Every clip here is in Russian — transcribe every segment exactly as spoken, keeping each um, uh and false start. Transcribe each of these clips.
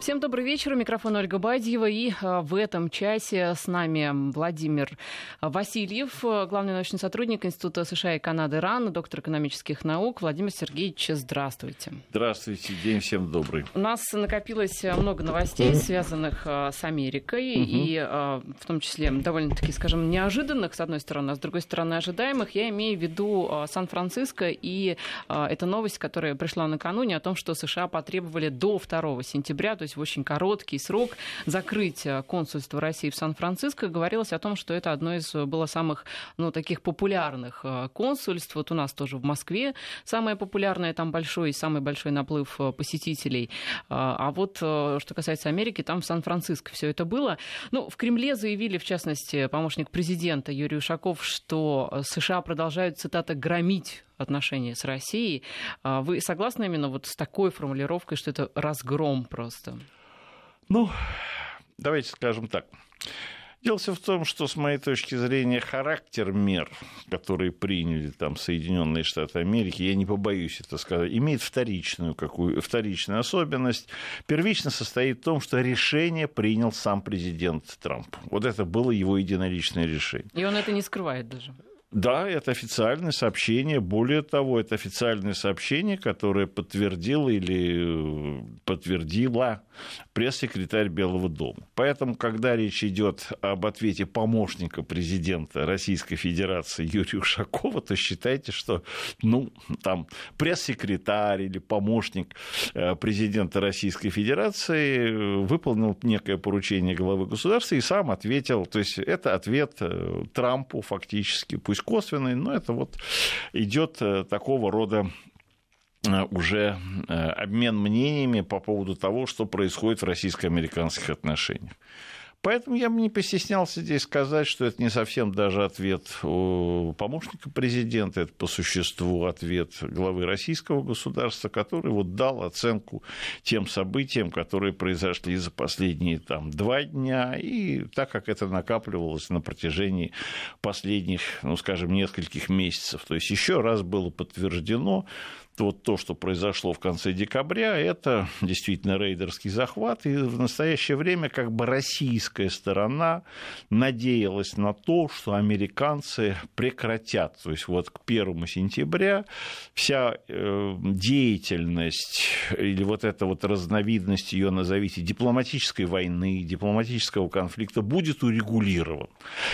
Всем добрый вечер. У микрофона Ольга Бадьева. И в этом часе с нами Владимир Васильев, главный научный сотрудник Института США и Канады РАН, доктор экономических наук. Владимир Сергеевич, здравствуйте. Здравствуйте. День всем добрый. У нас накопилось много новостей, связанных с Америкой, угу. и в том числе довольно-таки, скажем, неожиданных, с одной стороны, а с другой стороны, ожидаемых. Я имею в виду Сан-Франциско, и это новость, которая пришла накануне, о том, что США потребовали до второго сентября, то есть в очень короткий срок, закрыть консульство России в Сан-Франциско. Говорилось о том, что это одно из было самых, ну, таких популярных консульств. Вот у нас тоже в Москве самое популярное, там большой, самый большой наплыв посетителей. А вот что касается Америки, там в Сан-Франциско все это было. Ну, в Кремле заявили, в частности, помощник президента Юрий Ушаков, что США продолжают, цитата, «громить» отношения с Россией. Вы согласны именно вот с такой формулировкой, что это разгром просто? Ну, давайте скажем так. Дело все в том, что, с моей точки зрения, характер мер, которые приняли там Соединенные Штаты Америки, я не побоюсь это сказать, имеет вторичную, какую, вторичную особенность. Первично состоит в том, что решение принял сам президент Трамп. Вот это было его единоличное решение. И он это не скрывает даже. Да, это официальное сообщение. Более того, это официальное сообщение, которое подтвердило или подтвердила пресс-секретарь Белого дома. Поэтому, когда речь идет об ответе помощника президента Российской Федерации Юрия Ушакова, то считайте, что ну, там, пресс-секретарь или помощник президента Российской Федерации выполнил некое поручение главы государства и сам ответил. То есть это ответ Трампу фактически, пусть косвенный, но это вот идет такого рода уже обмен мнениями по поводу того, что происходит в российско-американских отношениях. Поэтому я бы не постеснялся здесь сказать, что это не совсем даже ответ помощника президента, это по существу ответ главы российского государства, который вот дал оценку тем событиям, которые произошли за последние там, два дня, и так как это накапливалось на протяжении последних, ну, скажем, нескольких месяцев. То есть еще раз было подтверждено, вот то, что произошло в конце декабря, это действительно рейдерский захват, и в настоящее время как бы российская сторона надеялась на то, что американцы прекратят, то есть вот к первому сентября вся э, деятельность или вот эта вот разновидность, ее назовите, дипломатической войны, дипломатического конфликта будет урегулирован.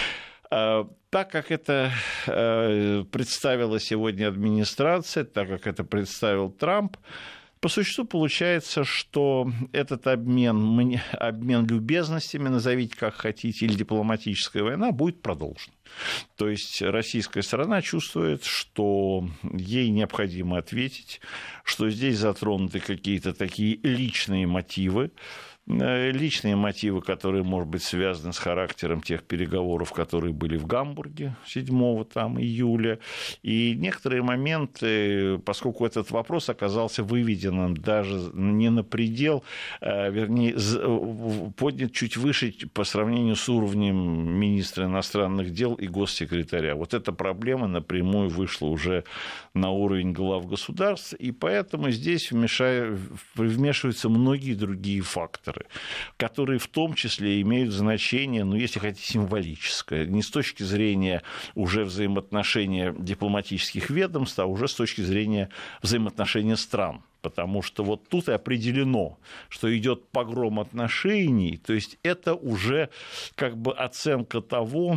Так как это представила сегодня администрация, так как это представил Трамп, по существу получается, что этот обмен, обмен любезностями, назовите как хотите, или дипломатическая война будет продолжен. То есть российская сторона чувствует, что ей необходимо ответить, что здесь затронуты какие-то такие личные мотивы, личные мотивы, которые, может быть, связаны с характером тех переговоров, которые были в Гамбурге седьмого там, июля. И некоторые моменты, поскольку этот вопрос оказался выведенным даже не на предел, вернее, поднят чуть выше по сравнению с уровнем министра иностранных дел и госсекретаря. Вот эта проблема напрямую вышла уже на уровень глав государств, и поэтому здесь вмешиваются многие другие факторы, которые в том числе имеют значение, ну, если хотите, символическое, не с точки зрения уже взаимоотношения дипломатических ведомств, а уже с точки зрения взаимоотношения стран. Потому что вот тут и определено, что идет погром отношений, то есть это уже как бы оценка того,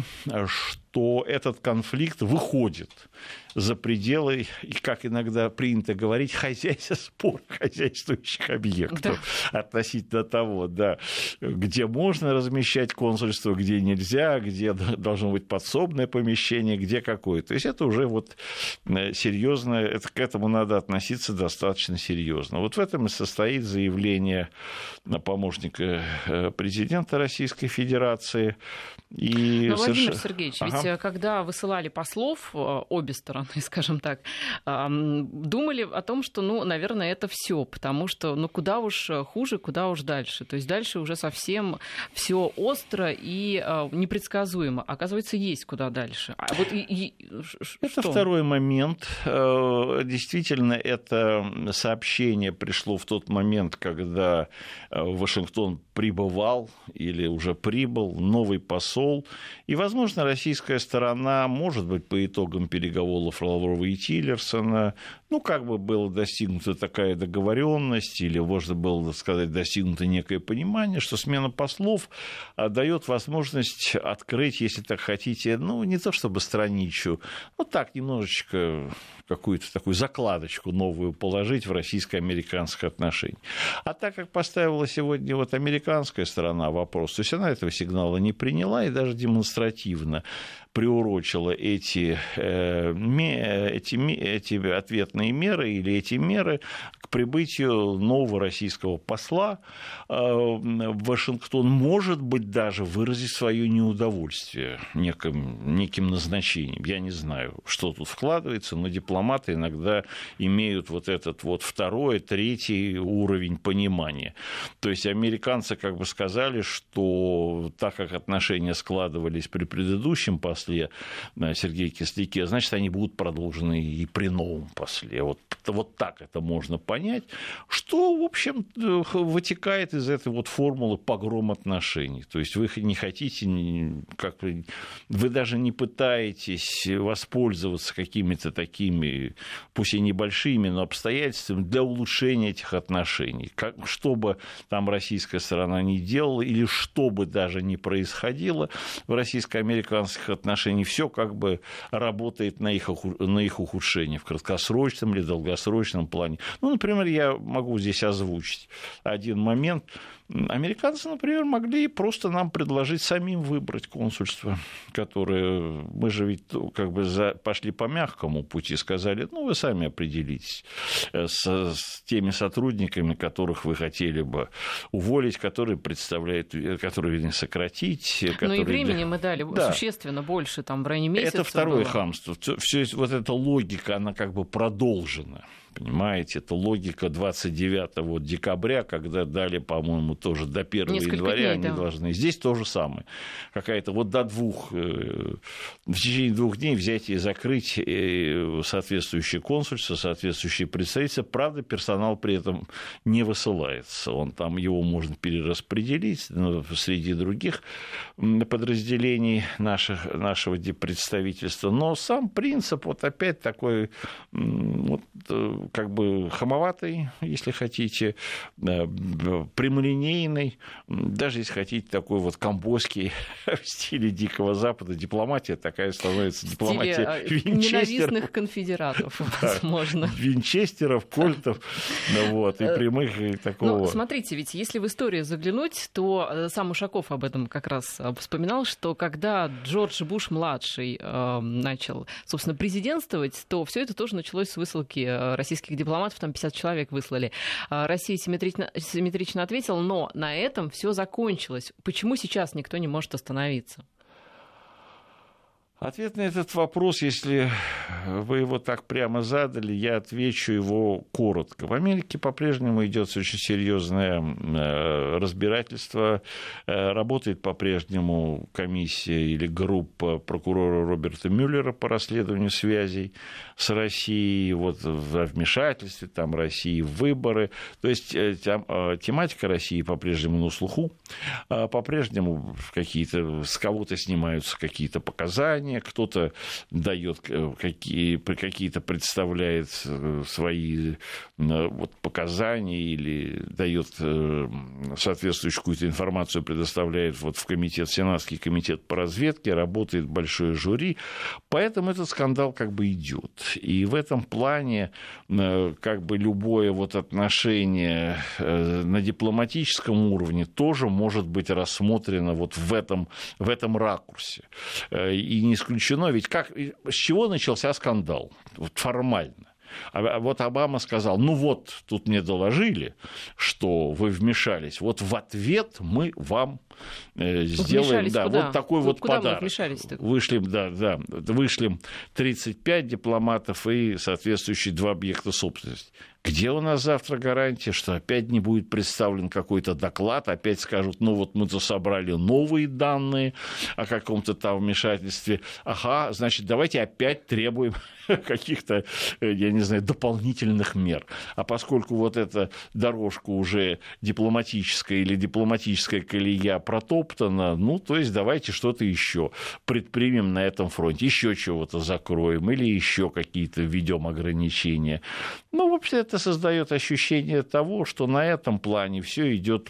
что этот конфликт выходит за пределы, и, как иногда принято говорить, хозяйства спор хозяйствующих объектов, да. Относительно того, да, где можно размещать консульство, где нельзя, где должно быть подсобное помещение, где какое. То есть это уже вот серьезно, это, к этому надо относиться достаточно серьезно. Вот в этом и состоит заявление помощника президента Российской Федерации. И Но, Владимир соверш... Сергеевич, ага. ведь когда высылали послов, обе стороны, скажем так, думали о том, что, ну, наверное, это все, потому что, ну, куда уж хуже, куда уж дальше. То есть дальше уже совсем все остро и непредсказуемо. Оказывается, есть куда дальше. А вот и, и, это что? Второй момент. Действительно, это сообщение пришло в тот момент, когда в Вашингтон прибывал или уже прибыл новый посол. И, возможно, российская сторона, может быть, по итогам переговоров Лаврова и Тиллерсона, ну, как бы была достигнута такая договоренность, или, можно было сказать, достигнуто некое понимание, что смена послов дает возможность открыть, если так хотите, ну, не то чтобы страничку, ну, так, немножечко какую-то такую закладочку новую положить в российско-американских отношениях. А так как поставила сегодня вот американская сторона вопрос, то есть она этого сигнала не приняла и даже демонстративно приурочила эти, э, эти, эти ответные меры или эти меры к прибытию нового российского посла э, в Вашингтон, может быть, даже выразить свое неудовольствие неким, неким назначением. Я не знаю, что тут вкладывается, но дипломаты иногда имеют вот этот вот второй, третий уровень понимания. То есть американцы как бы сказали, что так как отношения складывались при предыдущем после, Сергея Кисляке, значит, они будут продолжены и при новом после. Вот, вот так это можно понять, что, в общем, вытекает из этой вот формулы погром отношений. То есть вы не хотите, как вы, вы даже не пытаетесь воспользоваться какими-то такими, пусть и небольшими, но обстоятельствами для улучшения этих отношений. Как, что бы там российская сторона ни делала, или что бы даже ни происходило в российско-американских отношениях, все как бы работает на их, на их ухудшение в краткосрочном или долгосрочном плане. Ну, например, я могу здесь озвучить один момент. Американцы, например, могли просто нам предложить самим выбрать консульство, которое... Мы же ведь как бы за... пошли по мягкому пути, сказали, ну, вы сами определитесь с, с теми сотрудниками, которых вы хотели бы уволить, которые представляют, которые, вернее, сократить. Но и времени мы дали да. существенно больше, там, в районе месяца. Это второе было. хамство. Все, вот эта логика, она как бы продолжена. Понимаете, это логика двадцать девятого декабря, когда дали, по-моему, тоже до первого Несколько января дней, они да. должны. Здесь то же самое. Какая-то вот до двух, в течение двух дней взять и закрыть соответствующее консульство, соответствующие представительства. Правда, персонал при этом не высылается. Он там, его можно перераспределить среди других подразделений наших, нашего представительства. Но сам принцип вот опять такой вот, как бы хамоватый, если хотите, прямолинейный, даже если хотите, такой вот ковбойский в стиле Дикого Запада. Дипломатия такая становится, дипломатия винчестеров. Ненавистных конфедератов, возможно. Винчестеров, кольтов, вот, и прямых, и такого. Ну, смотрите, ведь если в историю заглянуть, то сам Ушаков об этом как раз вспоминал, что когда Джордж Буш-младший э, начал, собственно, президентствовать, то все это тоже началось с высылки российских дипломатов, там пятьдесят человек выслали. Россия симметрично, симметрично ответила, но на этом все закончилось. Почему сейчас никто не может остановиться? Ответ на этот вопрос, если вы его так прямо задали, я отвечу его коротко. В Америке по-прежнему идет очень серьезное разбирательство. Работает по-прежнему комиссия или группа прокурора Роберта Мюллера по расследованию связей с Россией, вот в вмешательстве там, России в выборы. То есть тематика России по-прежнему на слуху. По-прежнему какие-то, с кого-то снимаются какие-то показания, кто-то дает какие, какие-то представляет свои вот, показания или дает соответствующую какую-то информацию, предоставляет вот в комитет, Сенатский комитет по разведке, работает большое жюри, поэтому этот скандал как бы идет. И в этом плане как бы любое вот отношение на дипломатическом уровне тоже может быть рассмотрено вот в этом, в этом ракурсе. И не исключено, ведь как, с чего начался скандал? Вот формально. А вот Обама сказал, ну вот, тут мне доложили, что вы вмешались, вот в ответ мы вам сделаем да, вот такой вот куда подарок. Вышлем, да, да, вышлем тридцать пять дипломатов и соответствующие два объекта собственности. Где у нас завтра гарантия, что опять не будет представлен какой-то доклад, опять скажут, ну вот мы-то собрали новые данные о каком-то там вмешательстве. Ага, значит, давайте опять требуем каких-то, я не знаю, дополнительных мер. А поскольку вот эта дорожка уже дипломатическая или дипломатическая колея протоптана, ну, то есть давайте что-то еще предпримем на этом фронте, еще чего-то закроем или еще какие-то введем ограничения. Ну, вообще это создает ощущение того, что на этом плане все идет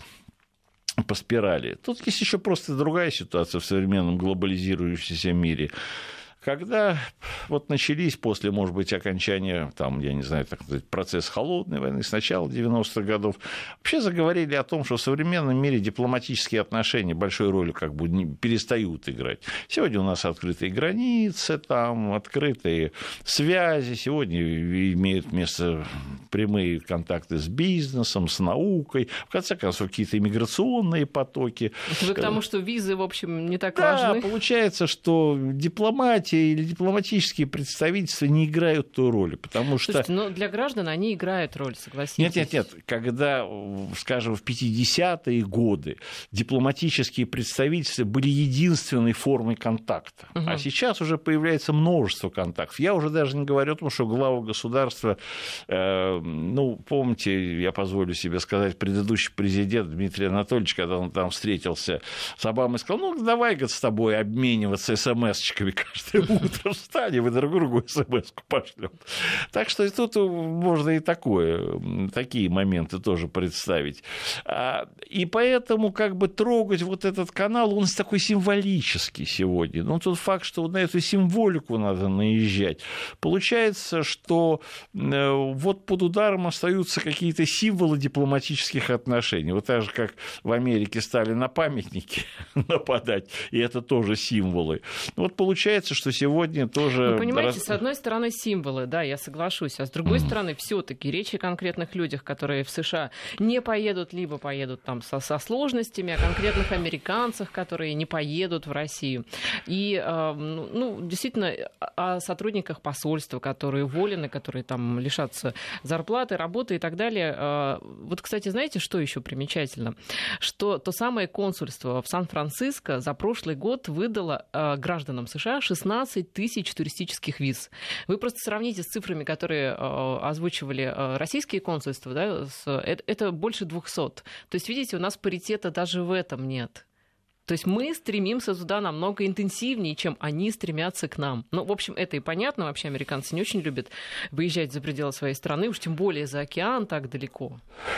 по спирали. Тут есть еще просто другая ситуация в современном глобализирующемся мире. Когда вот начались после, может быть, окончания, там, я не знаю, так сказать, процесс холодной войны с начала девяностых годов, вообще заговорили о том, что в современном мире дипломатические отношения большой роли как бы не перестают играть. Сегодня у нас открытые границы, там, открытые связи, сегодня имеют место прямые контакты с бизнесом, с наукой, в конце концов, какие-то иммиграционные потоки. Вы к тому, что визы, в общем, не так да, важны? Да, получается, что дипломатия или дипломатические представительства не играют той роли, потому что... Слушайте, но для граждан они играют роль, согласитесь? Нет, нет, нет. Когда, скажем, в пятидесятые годы дипломатические представительства были единственной формой контакта, угу. А сейчас уже появляется множество контактов. Я уже даже не говорю о том, что главы государства, э, ну, помните, я позволю себе сказать, предыдущий президент Дмитрий Анатольевич, когда он там встретился с Обамой, сказал, ну, давай, говорит, с тобой обмениваться смс-очками каждый утром встанем и друг другу смс-ку пошлем. Так что тут можно и такое, такие моменты тоже представить. И поэтому как бы трогать вот этот канал, он такой символический сегодня. Но тот факт, что на эту символику надо наезжать. Получается, что вот под ударом остаются какие-то символы дипломатических отношений. Вот так же, как в Америке стали на памятники нападать, и это тоже символы. Вот получается, что сегодня тоже... Вы понимаете, с одной стороны символы, да, я соглашусь, а с другой mm. стороны все-таки речь о конкретных людях, которые в США не поедут, либо поедут там со, со сложностями, о конкретных американцах, которые не поедут в Россию. И, э, ну, действительно, о сотрудниках посольства, которые уволены, которые там лишатся зарплаты, работы и так далее. Э, вот, кстати, знаете, что еще примечательно? Что то самое консульство в Сан-Франциско за прошлый год выдало э, гражданам США шестнадцать тысяч туристических виз. Вы просто сравните с цифрами, которые э, озвучивали э, российские консульства, да, с, это, это больше двухсот. То есть, видите, у нас паритета даже в этом нет. То есть мы стремимся туда намного интенсивнее, чем они стремятся к нам. Ну, в общем, это и понятно. Вообще американцы не очень любят выезжать за пределы своей страны, уж тем более за океан так далеко.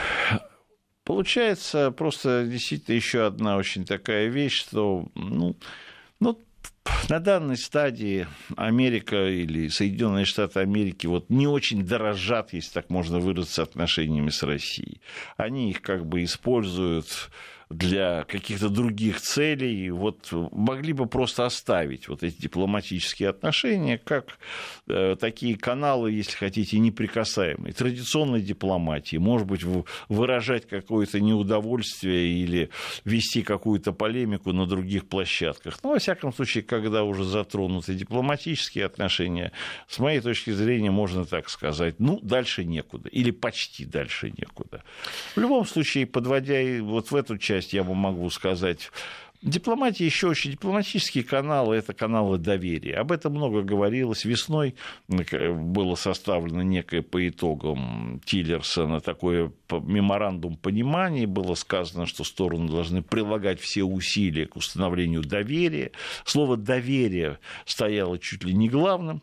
Получается просто действительно еще одна очень такая вещь, что, ну, ну на данной стадии Америка или Соединенные Штаты Америки вот не очень дорожат, если так можно выразиться, отношениями с Россией. Они их как бы используют для каких-то других целей, вот могли бы просто оставить вот эти дипломатические отношения как э, такие каналы, если хотите, неприкасаемые, традиционной дипломатии, может быть, выражать какое-то неудовольствие или вести какую-то полемику на других площадках. Но, во всяком случае, когда уже затронуты дипломатические отношения, с моей точки зрения, можно так сказать, ну, дальше некуда, или почти дальше некуда. В любом случае, подводя вот в эту часть, я могу сказать, дипломатия еще очень... Дипломатические каналы – это каналы доверия. Об этом много говорилось. Весной было составлено некое по итогам Тиллерсона такое меморандум понимания. Было сказано, что стороны должны прилагать все усилия к установлению доверия. Слово «доверие» стояло чуть ли не главным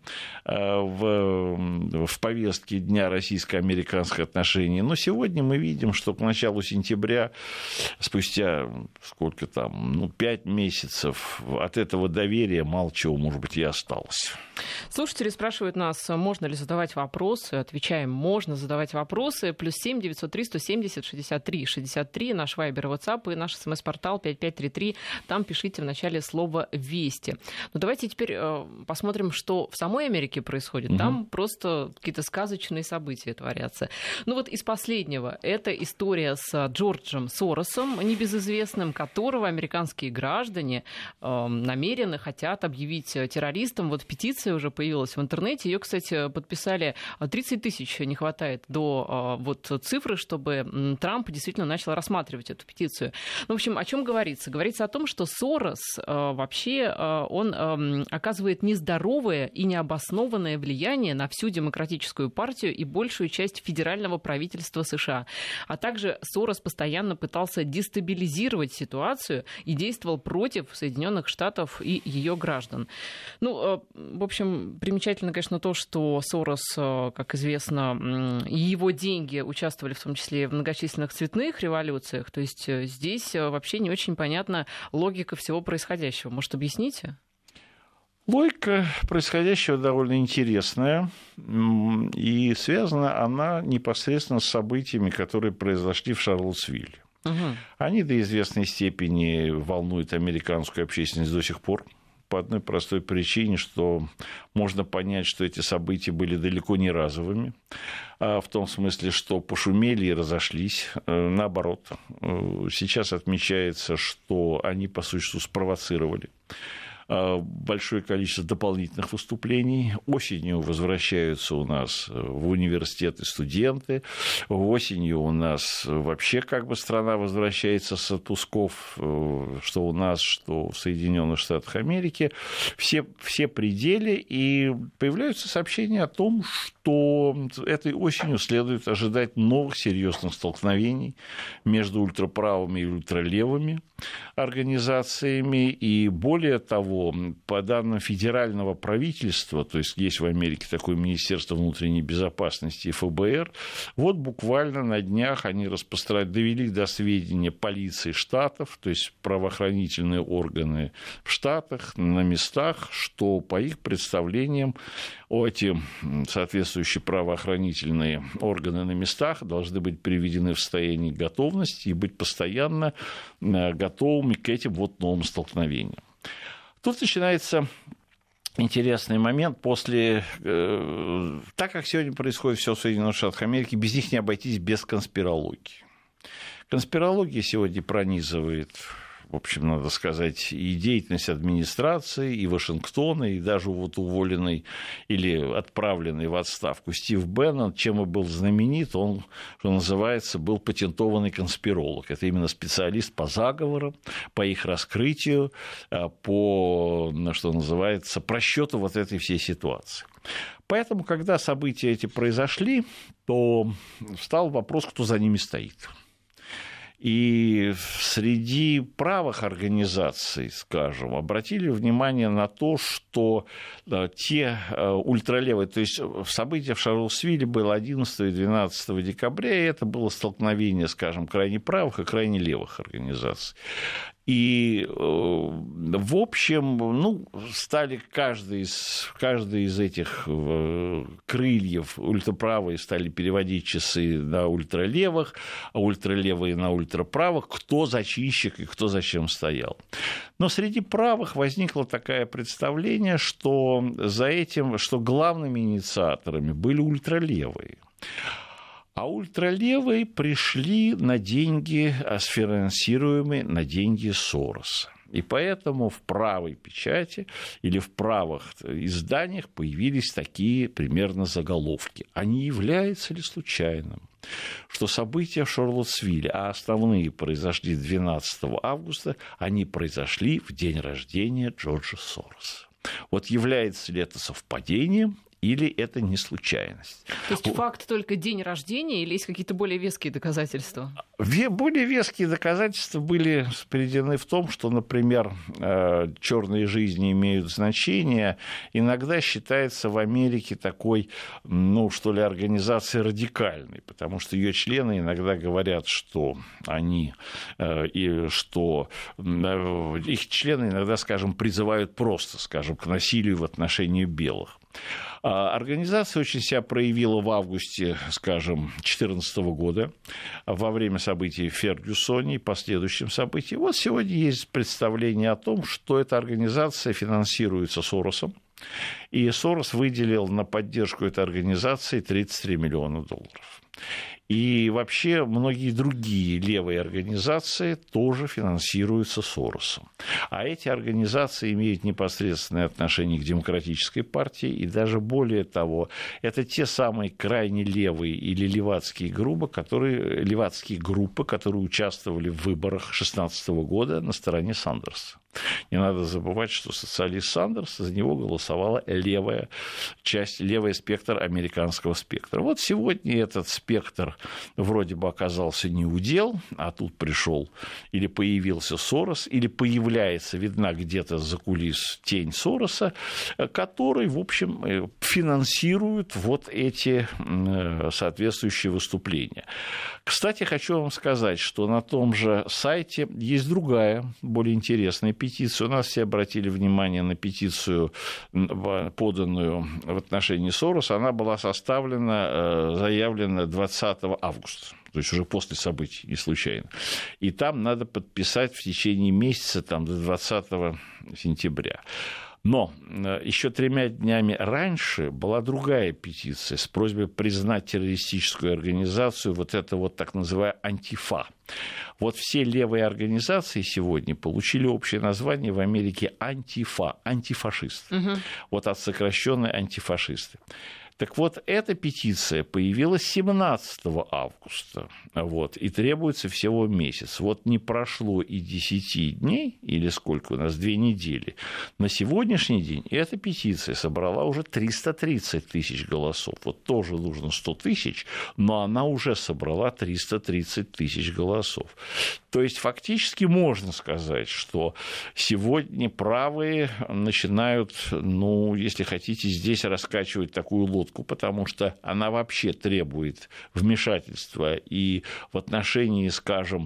в, в повестке дня российско-американских отношений. Но сегодня мы видим, что к началу сентября, спустя сколько там, ну, пять месяцев, от этого доверия мало чего, может быть, и осталось. Слушатели спрашивают нас, можно ли задавать вопросы. Отвечаем, можно задавать вопросы. Плюс семь девятьсот три сто семьдесят шестьдесят три шестьдесят три, наш вайбер, ватсап и наш смс-портал пять пять три три. Там пишите в начале слова «Вести». Но давайте теперь э, посмотрим, что в самой Америке происходит. Угу. Там просто какие-то сказочные события творятся. Ну вот из последнего. Это история с Джорджем Соросом, небезызвестным, которого американские американские граждане э, намеренно хотят объявить террористом. Вот петиция уже появилась в интернете. Ее, кстати, подписали тридцать тысяч, не хватает до э, вот цифры, чтобы Трамп действительно начал рассматривать эту петицию. Ну, в общем, о чем говорится? Говорится о том, что Сорос э, вообще э, он э, оказывает нездоровое и необоснованное влияние на всю демократическую партию и большую часть федерального правительства США. А также Сорос постоянно пытался дестабилизировать ситуацию и действовал против Соединенных Штатов и ее граждан. Ну, в общем, примечательно, конечно, то, что Сорос, как известно, и его деньги участвовали в том числе и в многочисленных цветных революциях. То есть здесь вообще не очень понятна логика всего происходящего. Может, объясните? Логика происходящего довольно интересная, и связана она непосредственно с событиями, которые произошли в Шарлоттсвилле. Угу. Они до известной степени волнуют американскую общественность до сих пор, по одной простой причине, что можно понять, что эти события были далеко не разовыми, в том смысле, что пошумели и разошлись. Наоборот, сейчас отмечается, что они, по существу, спровоцировали большое количество дополнительных выступлений. Осенью возвращаются у нас в университеты студенты. Осенью у нас вообще как бы страна возвращается с отпусков, что у нас, что в Соединенных Штатах Америки. Все, все пределы, и появляются сообщения о том, что этой осенью следует ожидать новых серьезных столкновений между ультраправыми и ультралевыми организациями. И более того, по данным федерального правительства, то есть есть в Америке такое Министерство внутренней безопасности и эф бэ эр, вот буквально на днях они распространили, довели до сведения полиции штатов, то есть правоохранительные органы в штатах, на местах, что по их представлениям эти соответствующие правоохранительные органы на местах должны быть приведены в состояние готовности и быть постоянно готовыми к этим вот новым столкновениям. Тут начинается интересный момент. После, э, так как сегодня происходит все в Соединенных Штатах Америки, без них не обойтись без конспирологии. Конспирология сегодня пронизывает, в общем, надо сказать, и деятельность администрации, и Вашингтона, и даже вот уволенный или отправленный в отставку Стив Беннон, чем и был знаменит, он, что называется, был патентованный конспиролог. Это именно специалист по заговорам, по их раскрытию, по, что называется, просчету вот этой всей ситуации. Поэтому, когда события эти произошли, то встал вопрос, кто за ними стоит. И среди правых организаций, скажем, обратили внимание на то, что те ультралевые, то есть события в Шарлоттсвилле было одиннадцатого и двенадцатого декабря, и это было столкновение, скажем, крайне правых и крайне левых организаций. И, в общем, ну, стали каждый из, каждый из этих крыльев ультраправые стали переводить часы на ультралевых, а ультралевые на ультраправых, кто зачинщик и кто зачем стоял. Но среди правых возникло такое представление, что за этим, что главными инициаторами были ультралевые. А ультралевые пришли на деньги, сфинансируемые на деньги Сороса. И поэтому в правой печати или в правых изданиях появились такие примерно заголовки. А не является ли случайным, что события в Шарлоттсвилле, а основные произошли двенадцатого августа, они произошли в день рождения Джорджа Сороса? Вот является ли это совпадением? Или это не случайность? То есть факт только день рождения или есть какие-то более веские доказательства? Более веские доказательства были приведены в том, что, например, черные жизни имеют значение. Иногда считается в Америке такой, ну, что ли, организацией радикальной, потому что ее члены иногда говорят, что они, и что их члены иногда, скажем, призывают просто, скажем, к насилию в отношении белых. Организация очень себя проявила в августе, скажем, две тысячи четырнадцатого года, во время событий в Фергюсоне и последующим событиям. Вот сегодня есть представление о том, что эта организация финансируется Соросом, и Сорос выделил на поддержку этой организации тридцать три миллиона долларов. И вообще многие другие левые организации тоже финансируются Соросом. А эти организации имеют непосредственное отношение к Демократической партии, и даже более того, это те самые крайне левые или левацкие группы, которые, левацкие группы, которые участвовали в выборах две тысячи шестнадцатого года на стороне Сандерса. Не надо забывать, что социалист Сандерс, за него голосовала левая часть, левый спектр американского спектра. Вот сегодня этот спектр вроде бы оказался неудел, а тут пришел или появился Сорос, или появляется, видна где-то за кулис тень Сороса, который, в общем, финансирует вот эти соответствующие выступления. Кстати, хочу вам сказать, что на том же сайте есть другая, более интересная петиция. У нас все обратили внимание на петицию, поданную в отношении Сороса. Она была составлена, заявлена двадцатого августа. То есть уже после событий, не случайно. И там надо подписать в течение месяца, там, до двадцатого сентября. Но еще тремя днями раньше была другая петиция с просьбой признать террористическую организацию, вот это вот так называемая Антифа. Вот все левые организации сегодня получили общее название в Америке Антифа, антифашисты. Угу. Вот от сокращенной антифашисты. Так вот, эта петиция появилась семнадцатого августа, вот, и требуется всего месяц. Вот не прошло и десяти дней, или сколько у нас, две недели. На сегодняшний день эта петиция собрала уже триста тридцать тысяч голосов. Вот тоже нужно сто тысяч, но она уже собрала триста тридцать тысяч голосов. То есть, фактически можно сказать, что сегодня правые начинают, ну, если хотите, здесь раскачивать такую лодку, потому что она вообще требует вмешательства и в отношении, скажем,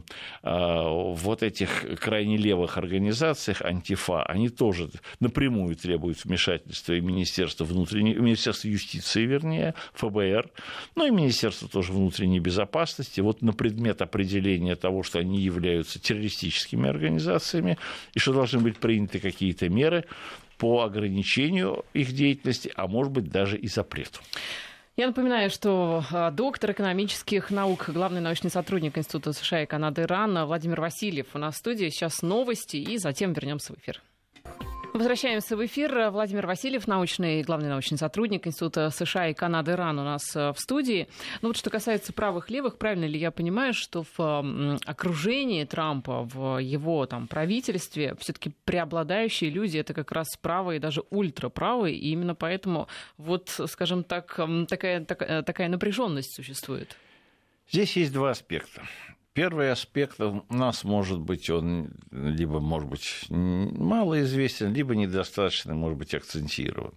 вот этих крайне левых организаций, Антифа, они тоже напрямую требуют вмешательства и Министерства внутренней, Министерства юстиции, вернее, ФБР, ну и Министерства тоже внутренней безопасности, вот на предмет определения того, что они являются террористическими организациями и что должны быть приняты какие-то меры по ограничению их деятельности, а может быть даже и запрету. Я напоминаю, что доктор экономических наук, главный научный сотрудник Института США и Канады РАН Владимир Васильев у нас в студии. Сейчас новости, и затем вернемся в эфир. Возвращаемся в эфир. Владимир Васильев, научный, главный научный сотрудник Института США и Канады РАН у нас в студии. Ну вот что касается правых-левых, правильно ли я понимаю, что в окружении Трампа, в его там правительстве все-таки преобладающие люди — это как раз правые, даже ультраправые, и именно поэтому вот, скажем так, такая, такая, такая напряженность существует? Здесь есть два аспекта. Первый аспект у нас, может быть, он либо, может быть, малоизвестен, либо недостаточно, может быть, акцентирован.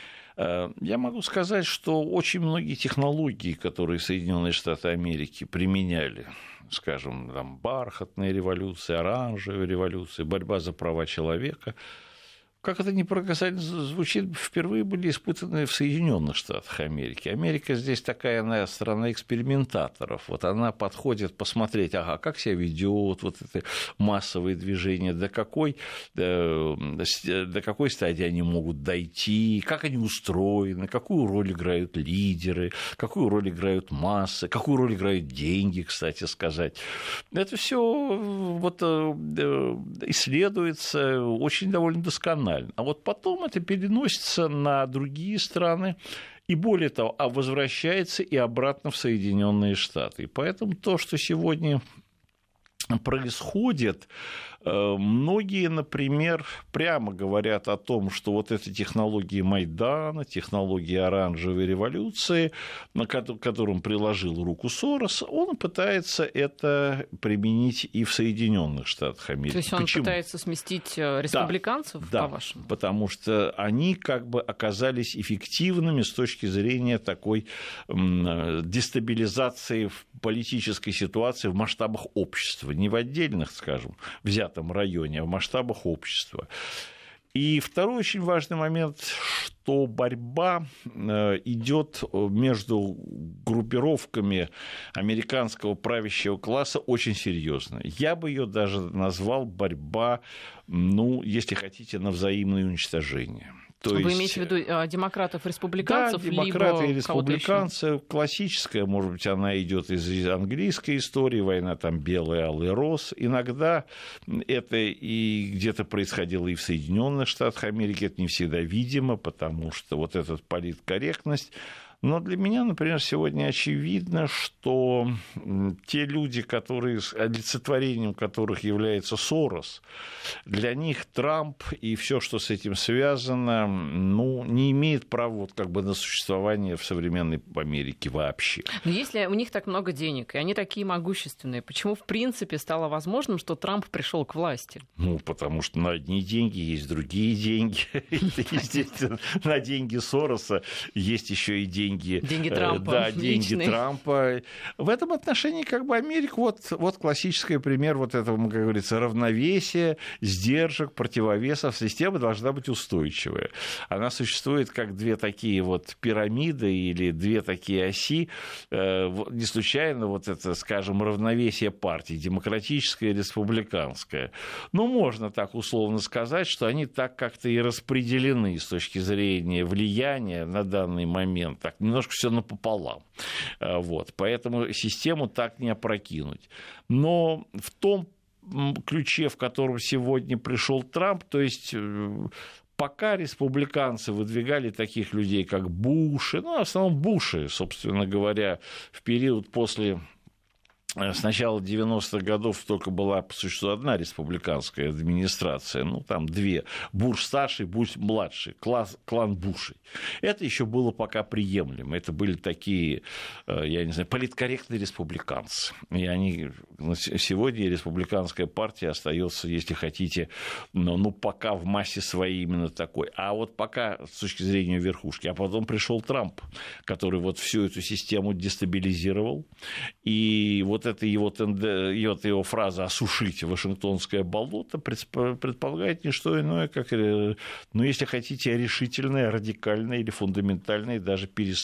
Я могу сказать, что очень многие технологии, которые Соединенные Штаты Америки применяли, скажем, там, бархатная революция, оранжевая революция, борьба за права человека, как это ни парадоксально звучит, впервые были испытаны в Соединенных Штатах Америки. Америка здесь такая, она страна экспериментаторов. Вот она подходит посмотреть, ага, как себя ведет вот это массовые движения, до какой, до, до какой стадии они могут дойти, как они устроены, какую роль играют лидеры, какую роль играют массы, какую роль играют деньги, кстати сказать. Это все вот исследуется очень довольно досконально. А вот потом это переносится на другие страны, и более того, а возвращается и обратно в Соединенные Штаты. И поэтому то, что сегодня происходит, многие, например, прямо говорят о том, что вот эти технологии Майдана, технологии оранжевой революции, на которым приложил руку Сорос, он пытается это применить и в Соединенных Штатах Америки. То есть он Почему? Пытается сместить республиканцев, да, по-вашему? Да, потому что они как бы оказались эффективными с точки зрения такой дестабилизации в политической ситуации в масштабах общества, не в отдельных, скажем, взятом районе, а в масштабах общества. И второй очень важный момент, что борьба идет между группировками американского правящего класса очень серьезная. Я бы ее даже назвал борьба, ну, если хотите, на взаимное уничтожение. То Вы есть... имеете в виду демократов, республиканцев? Да, демократы либо и республиканцы. Классическая, может быть, она идет из английской истории, война там белый, алый, роз. Иногда это и где-то происходило и в Соединенных Штатах Америки, это не всегда видимо, потому что вот эта политкорректность. Но для меня, например, сегодня очевидно, что те люди, которые, олицетворением которых является Сорос, для них Трамп и все, что с этим связано, ну, не имеет права вот как бы на существование в современной Америке вообще. Но если у них так много денег, и они такие могущественные, почему в принципе стало возможным, что Трамп пришел к власти? Ну, потому что на одни деньги есть другие деньги. Естественно, на деньги Сороса есть еще и деньги Деньги Трампа. Да, деньги личные. Трампа. В этом отношении как бы Америка, вот, вот классический пример вот этого, как говорится, равновесия, сдержек, противовесов. Система должна быть устойчивая. Она существует как две такие вот пирамиды или две такие оси. Не случайно вот это, скажем, равновесие партий, демократическое и республиканское. Ну, можно так условно сказать, что они так как-то и распределены с точки зрения влияния на данный момент. Так, немножко все напополам. Вот. Поэтому систему так не опрокинуть. Но в том ключе, в котором сегодня пришел Трамп, то есть пока республиканцы выдвигали таких людей, как Буши, ну, в основном Буши, собственно говоря, в период после... С начала девяностых годов только была, по существу, одна республиканская администрация, ну, там две, Буш-старший, Буш-младший, клан Бушей. Это еще было пока приемлемо. Это были такие, я не знаю, политкорректные республиканцы. И они, сегодня республиканская партия остается, если хотите, ну, ну, пока в массе своей именно такой. А вот пока с точки зрения верхушки. А потом пришел Трамп, который вот всю эту систему дестабилизировал. И вот эта его, его фраза «осушить Вашингтонское болото» предполагает не что иное, как, ну, если хотите, решительное, радикальное или фундаментальное даже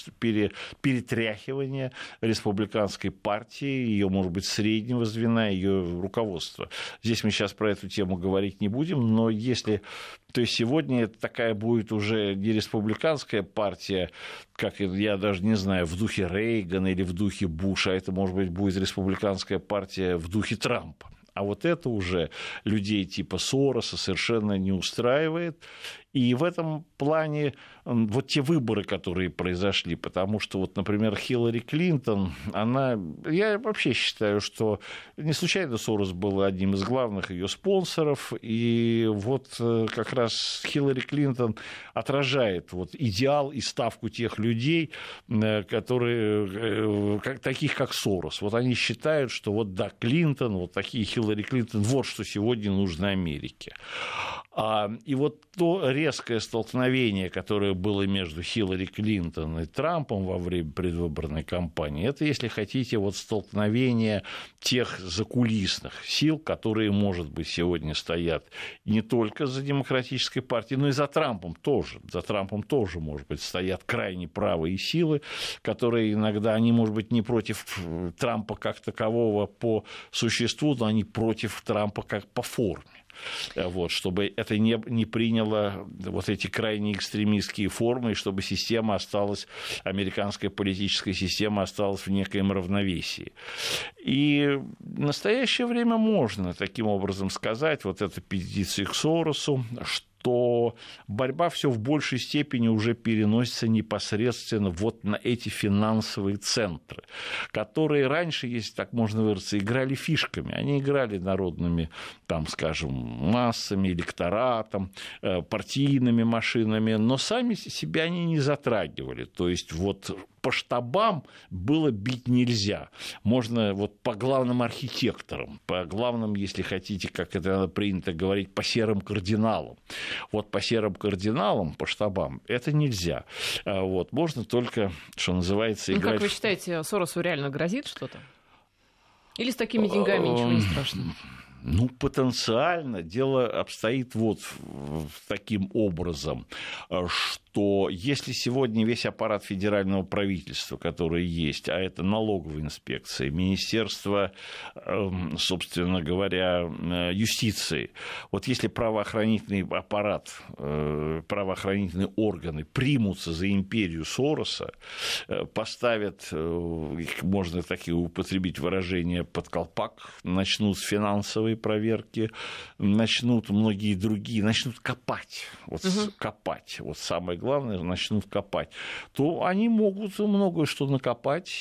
перетряхивание республиканской партии, ее, может быть, среднего звена, ее руководства. Здесь мы сейчас про эту тему говорить не будем, но если... То есть сегодня такая будет уже не республиканская партия, как я даже не знаю, в духе Рейгана или в духе Буша, а это, может быть, будет республиканская партия в духе Трампа. А вот это уже людей типа Сороса совершенно не устраивает. И в этом плане вот те выборы, которые произошли, потому что, вот, например, Хиллари Клинтон, она, я вообще считаю, что не случайно Сорос был одним из главных ее спонсоров, и вот как раз Хиллари Клинтон отражает вот идеал и ставку тех людей, которые, таких как Сорос. Вот они считают, что вот да, Клинтон, вот такие Хиллари Клинтон, вот что сегодня нужно Америке. И вот то резкое столкновение, которое было между Хиллари Клинтон и Трампом во время предвыборной кампании, это, если хотите, вот столкновение тех закулисных сил, которые, может быть, сегодня стоят не только за демократической партией, но и за Трампом тоже. За Трампом тоже, может быть, стоят крайне правые силы, которые иногда, они, может быть, не против Трампа как такового по существу, но они против Трампа как по форме. Вот, чтобы это не, не приняло вот эти крайне экстремистские формы, и чтобы система осталась, американская политическая система осталась в некоем равновесии. И в настоящее время можно таким образом сказать, вот эта петиция к Соросу, что то борьба все в большей степени уже переносится непосредственно вот на эти финансовые центры, которые раньше, если так можно выразиться, играли фишками. Они играли народными, там, скажем, массами, электоратом, партийными машинами, но сами себя они не затрагивали. То есть вот по штабам было бить нельзя. Можно вот по главным архитекторам, по главным, если хотите, как это принято говорить, по серым кардиналам. Вот по серым кардиналам, по штабам это нельзя. Вот. Можно только, что называется, играть... Ну, как вы считаете, Соросу реально грозит что-то? Или с такими деньгами ничего не страшно? Ну, потенциально дело обстоит вот таким образом, что если сегодня весь аппарат федерального правительства, который есть, а это налоговая инспекция, Министерство, собственно говоря, юстиции, вот если правоохранительный аппарат, правоохранительные органы примутся за империю Сороса, поставят, можно так и употребить выражение, под колпак, начнут с финансовой проверки, начнут многие другие, начнут копать, вот угу. копать, вот самое главное, начнут копать, то они могут многое что накопать,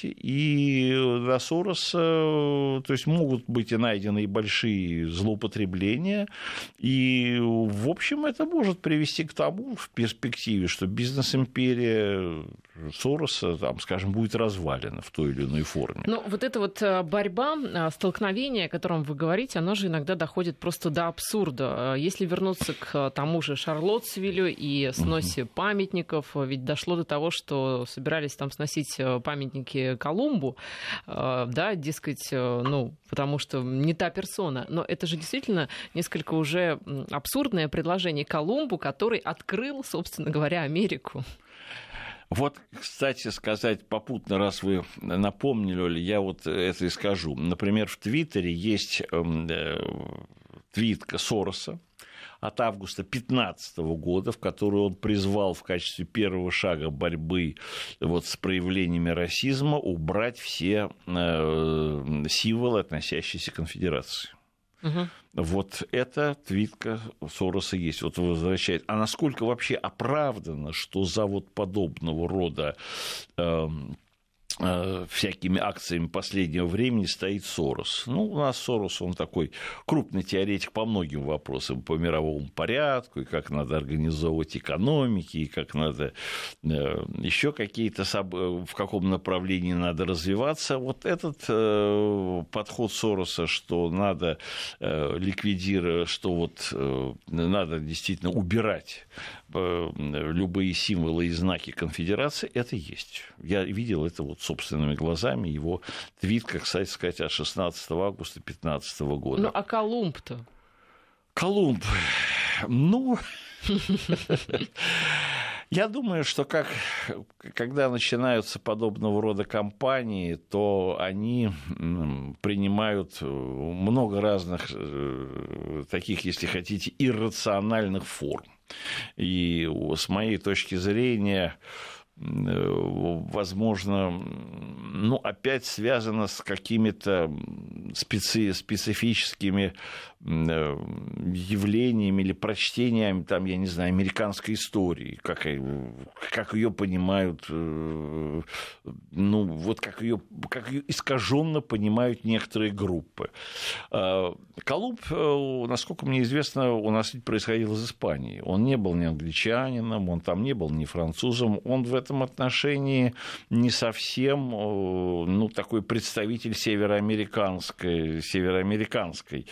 и до Сороса, то есть могут быть и найдены и большие злоупотребления, и, в общем, это может привести к тому в перспективе, что бизнес-империя Сороса, там, скажем, будет развалена в той или иной форме. Ну, вот эта вот борьба, столкновение, о котором вы говорите, оно же иногда доходит просто до абсурда. Если вернуться к тому же Шарлоттсвиллю и сносе uh-huh. памятников, ведь дошло до того, что собирались там сносить памятники Колумбу, да, дескать, ну, потому что не та персона. Но это же действительно несколько уже абсурдное предложение Колумбу, который открыл, собственно говоря, Америку. Вот, кстати сказать, попутно, раз вы напомнили, Оля, я вот это и скажу. Например, в Твиттере есть э, твитка Сороса от августа две тысячи пятнадцатого года, в которую он призвал в качестве первого шага борьбы вот, с проявлениями расизма убрать все э, символы, относящиеся к конфедерации. Угу. Вот эта твитка Сороса есть. Вот возвращает. А насколько вообще оправдано, что за вот подобного рода э, э, всякими акциями последнего времени стоит Сорос? Ну, у нас Сорос, он такой крупный теоретик по многим вопросам, по мировому порядку, и как надо организовывать экономики, и как надо э, еще какие-то, в каком направлении надо развиваться. Вот этот э, подход Сороса, что надо э, ликвидировать, что вот э, надо действительно убирать э, любые символы и знаки конфедерации, это есть. Я видел это вот собственными глазами, его твитка, кстати сказать, от шестнадцатого августа две тысячи пятнадцатого года. Ну, а Колумб-то? Колумб, ну... Я думаю, что как, когда начинаются подобного рода кампании, то они принимают много разных таких, если хотите, иррациональных форм. И с моей точки зрения, возможно, ну, опять связано с какими-то специ, специфическими явлениями или прочтениями, там, я не знаю, американской истории, как, как ее понимают, ну, вот как ее, как ее искаженно понимают некоторые группы. Колумб, насколько мне известно, у нас ведь происходил из Испании. Он не был ни англичанином, он там не был ни французом, он в этом отношении не совсем, ну, такой представитель североамериканской, североамериканской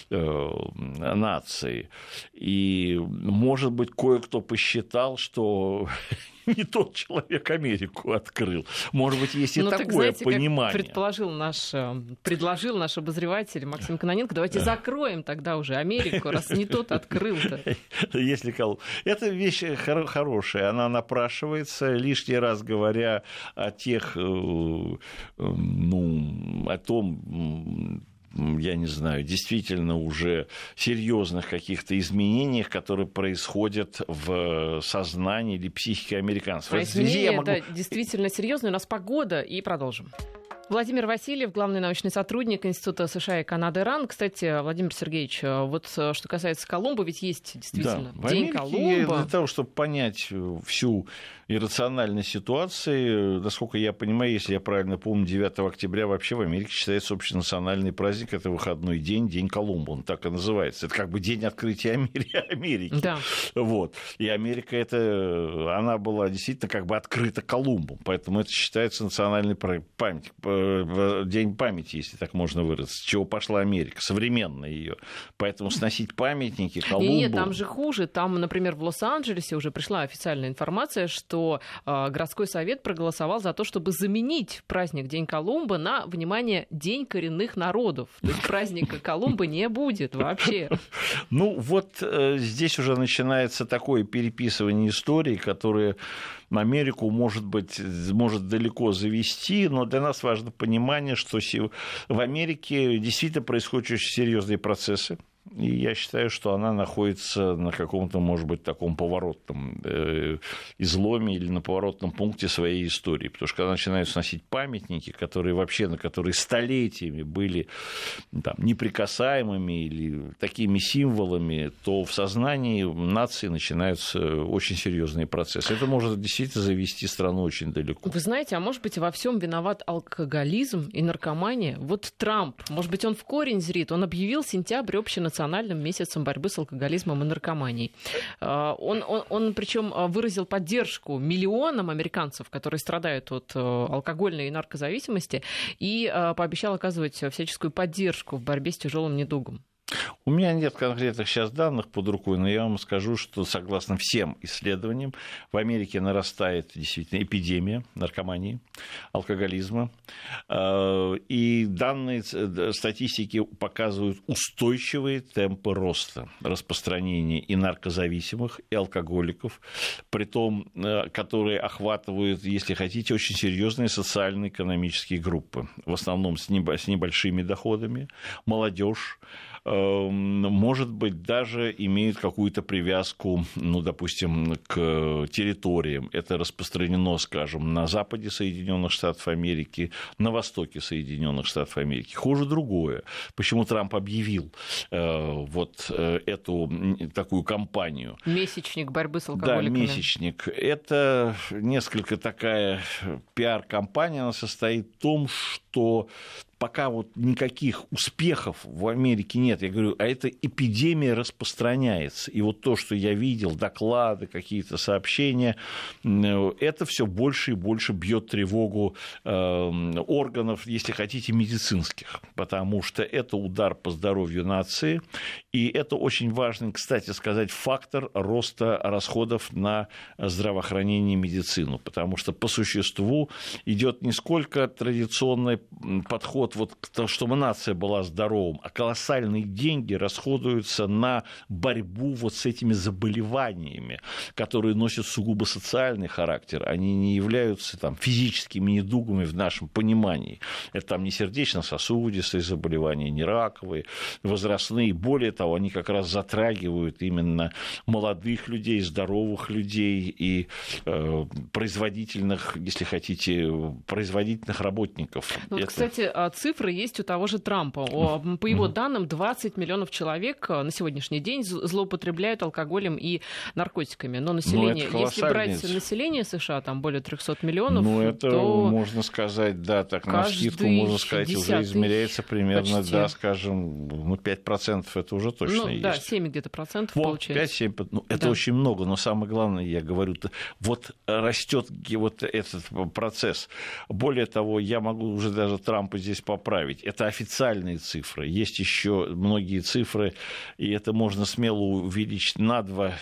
нации. И, может быть, кое-кто посчитал, что не тот человек Америку открыл. Может быть, есть и ну, такое так, знаете, понимание. Как предположил наш, предложил наш обозреватель Максим Кононенко, давайте закроем тогда уже Америку, раз не тот открыл-то. Если Колумб. Это вещь хорошая, она напрашивается, лишний раз говоря о тех, ну, о том, я не знаю, действительно уже серьезных каких-то изменениях, которые происходят в сознании или психике американцев. А изменения, могу... да, действительно серьезные. У нас погода, и продолжим. Владимир Васильев, главный научный сотрудник Института США и Канады РАН. Кстати, Владимир Сергеевич, вот что касается Колумба, ведь есть действительно да, День Колумба. Для того, чтобы понять всю иррациональность ситуации, насколько я понимаю, если я правильно помню, девятого октября вообще в Америке считается общенациональный праздник, это выходной день, День Колумба, он так и называется. Это как бы день открытия Америки. Да. Вот. И Америка, это, она была действительно как бы открыта Колумбом, поэтому это считается национальный памятник. День памяти, если так можно выразиться, с чего пошла Америка, современная ее. Поэтому сносить памятники Колумбу... Нет, там же хуже. Там, например, в Лос-Анджелесе уже пришла официальная информация, что э, городской совет проголосовал за то, чтобы заменить праздник День Колумба на, внимание, День коренных народов. То есть праздника Колумба не будет вообще. Ну, вот э, здесь уже начинается такое переписывание истории, которое Америку, может быть, может далеко завести, но для нас важно понимание, что в Америке действительно происходят очень серьезные процессы. И я считаю, что она находится на каком-то, может быть, таком поворотном э, изломе или на поворотном пункте своей истории. Потому что когда начинают сносить памятники, которые вообще, на которые столетиями были там, неприкасаемыми или такими символами, то в сознании нации начинаются очень серьезные процессы. Это может действительно завести страну очень далеко. Вы знаете, а может быть, во всем виноват алкоголизм и наркомания? Вот Трамп, может быть, он в корень зрит, он объявил сентябрь общенациональным национальным месяцем борьбы с алкоголизмом и наркоманией. Он, он, он причем выразил поддержку миллионам американцев, которые страдают от алкогольной и наркозависимости, и пообещал оказывать всяческую поддержку в борьбе с тяжелым недугом. У меня нет конкретных сейчас данных под рукой, но я вам скажу, что согласно всем исследованиям в Америке нарастает действительно эпидемия наркомании, алкоголизма. И данные статистики показывают устойчивые темпы роста распространения и наркозависимых, и алкоголиков, притом которые охватывают, если хотите, очень серьезные социально-экономические группы, в основном с небольшими доходами, молодежь, может быть, даже имеют какую-то привязку, ну, допустим, к территориям. Это распространено, скажем, на западе Соединенных Штатов Америки, на востоке Соединенных Штатов Америки. Хуже другое. Почему Трамп объявил э, вот э, эту такую кампанию? Месячник борьбы с алкоголиками. Да, месячник. Это несколько такая пиар-кампания, она состоит в том, что пока вот никаких успехов в Америке нет, я говорю, а эта эпидемия распространяется. И вот то, что я видел, доклады, какие-то сообщения, это все больше и больше бьет тревогу органов, если хотите, медицинских, потому что это удар по здоровью нации, и это очень важный, кстати сказать, фактор роста расходов на здравоохранение и медицину, потому что по существу идет не сколько традиционный подход, вот, чтобы нация была здоровым, а колоссальные деньги расходуются на борьбу вот с этими заболеваниями, которые носят сугубо социальный характер. Они не являются там, физическими недугами в нашем понимании. Это там не сердечно-сосудистые заболевания, не раковые, возрастные. Более того, они как раз затрагивают именно молодых людей, здоровых людей и э, производительных, если хотите, производительных работников. Ну, Это... Кстати, цифры есть у того же Трампа. По его данным, двадцать миллионов человек на сегодняшний день злоупотребляют алкоголем и наркотиками. Но население, ну, если брать население США, там более трехсот миллионов, ну, это, то можно сказать, да, так на скидку, можно сказать, уже измеряется примерно, почти. Да, скажем, ну, пять процентов это уже точно ну, есть. Да, семь где-то процентов вот, получается. пять-семь, ну, это да. очень много, но самое главное, я говорю, вот растет вот этот процесс. Более того, я могу уже даже Трампа здесь поправить. Это официальные цифры. Есть еще многие цифры, и это можно смело увеличить на два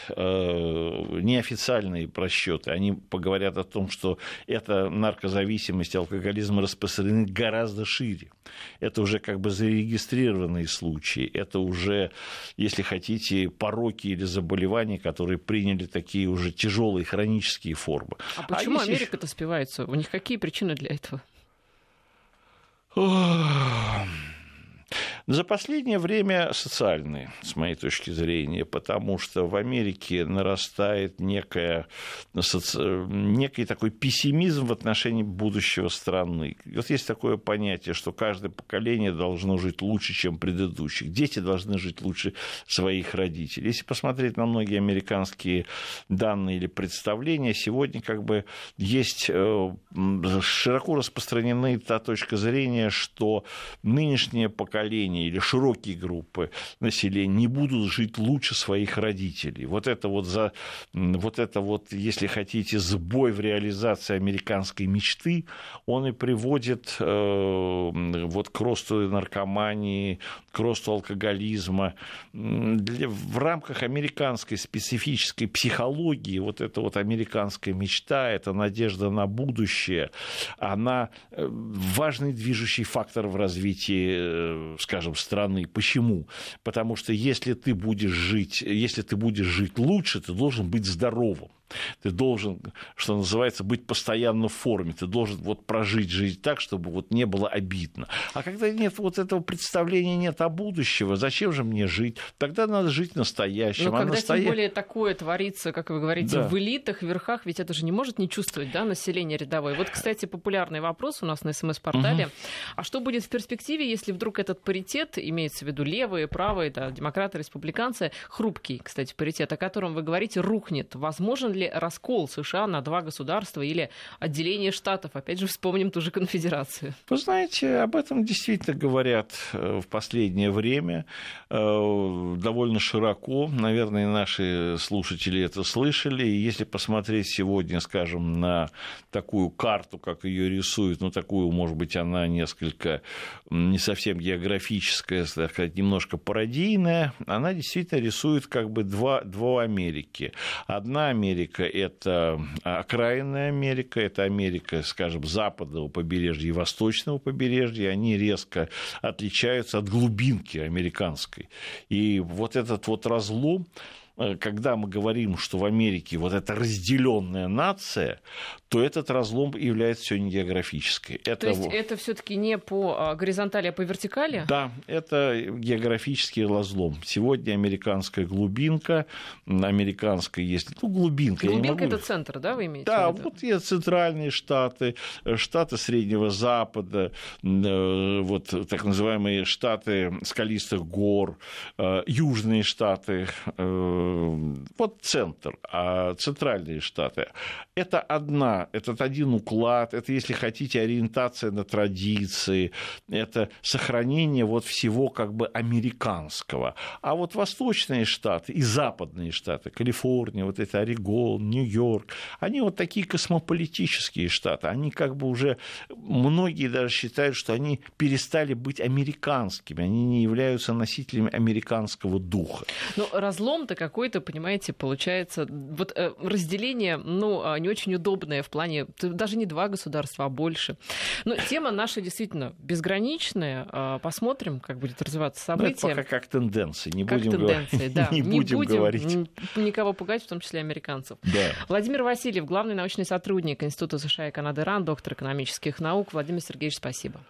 э, неофициальные просчеты. Они поговорят о том, что эта наркозависимость, алкоголизм распространены гораздо шире. Это уже как бы зарегистрированные случаи. Это уже, если хотите, пороки или заболевания, которые приняли такие уже тяжелые хронические формы. А почему а Америка-то еще... спивается? У них какие причины для этого? За последнее время социальные, с моей точки зрения, потому что в Америке нарастает некая, некий такой пессимизм в отношении будущего страны. Вот есть такое понятие, что каждое поколение должно жить лучше, чем предыдущих. Дети должны жить лучше своих родителей. Если посмотреть на многие американские данные или представления, сегодня как бы есть широко распространена та точка зрения, что нынешнее поколение населения или широкие группы населения не будут жить лучше своих родителей. Вот это вот, за, вот это вот, если хотите, сбой в реализации американской мечты, он и приводит э, вот к росту наркомании, к росту алкоголизма. Для, в рамках американской специфической психологии вот эта вот американская мечта, эта надежда на будущее, она важный движущий фактор в развитии, скажем, страны. Почему? Потому что если ты будешь жить, если ты будешь жить лучше, ты должен быть здоровым. Ты должен, что называется, быть постоянно в форме. Ты должен вот прожить жизнь так, чтобы вот не было обидно. А когда нет вот этого представления, нет о будущем, зачем же мне жить? Тогда надо жить настоящим. Но а когда настоя... тем более такое творится, как вы говорите, да. в элитах, в верхах, ведь это же не может не чувствовать, да, население рядовое. Вот, кстати, популярный вопрос у нас на СМС-портале. Угу. А что будет в перспективе, если вдруг этот паритет, имеется в виду левые, правые, да, демократы, республиканцы, хрупкий, кстати, паритет, о котором вы говорите, рухнет? Возможен ли раскол США на два государства или отделение штатов? Опять же, вспомним ту же конфедерацию. Вы знаете, об этом действительно говорят в последнее время довольно широко. Наверное, наши слушатели это слышали. И если посмотреть сегодня, скажем, на такую карту, как ее рисуют, ну, такую, может быть, она несколько не совсем географическая, так сказать, немножко пародийная, она действительно рисует как бы два, два Америки. Одна Америка — это окраинная Америка, это Америка, скажем, западного побережья и восточного побережья, они резко отличаются от глубинки американской. И вот этот вот разлом, когда мы говорим, что в Америке вот эта разделенная нация, то этот разлом является сегодня географической. Это... То есть это все-таки не по горизонтали, а по вертикали? Да, это географический разлом. Сегодня американская глубинка, американская есть, ну, глубинка. Глубинка — могу... это центр, да, вы имеете да, в виду? вот есть центральные штаты, штаты Среднего Запада, вот так называемые штаты скалистых гор, южные штаты, вот центр, а центральные штаты. Это одна, этот один уклад, это, если хотите, ориентация на традиции, это сохранение вот всего как бы американского. А вот восточные штаты и западные штаты, Калифорния, вот это Орегон, Нью-Йорк, они вот такие космополитические штаты, они как бы уже, многие даже считают, что они перестали быть американскими, они не являются носителями американского духа. Ну, разлом-то какой-то, понимаете, получается, вот э, разделение, ну, не очень удобное в плане, даже не два государства, а больше. Но тема наша действительно безграничная. Э, посмотрим, как будет развиваться событие. Ну, это пока как тенденции, не как будем, тенденции, говорить. Да. не не будем, будем говорить. Никого пугать, в том числе американцев. Да. Владимир Васильев, главный научный сотрудник Института США и Канады РАН, доктор экономических наук. Владимир Сергеевич, спасибо.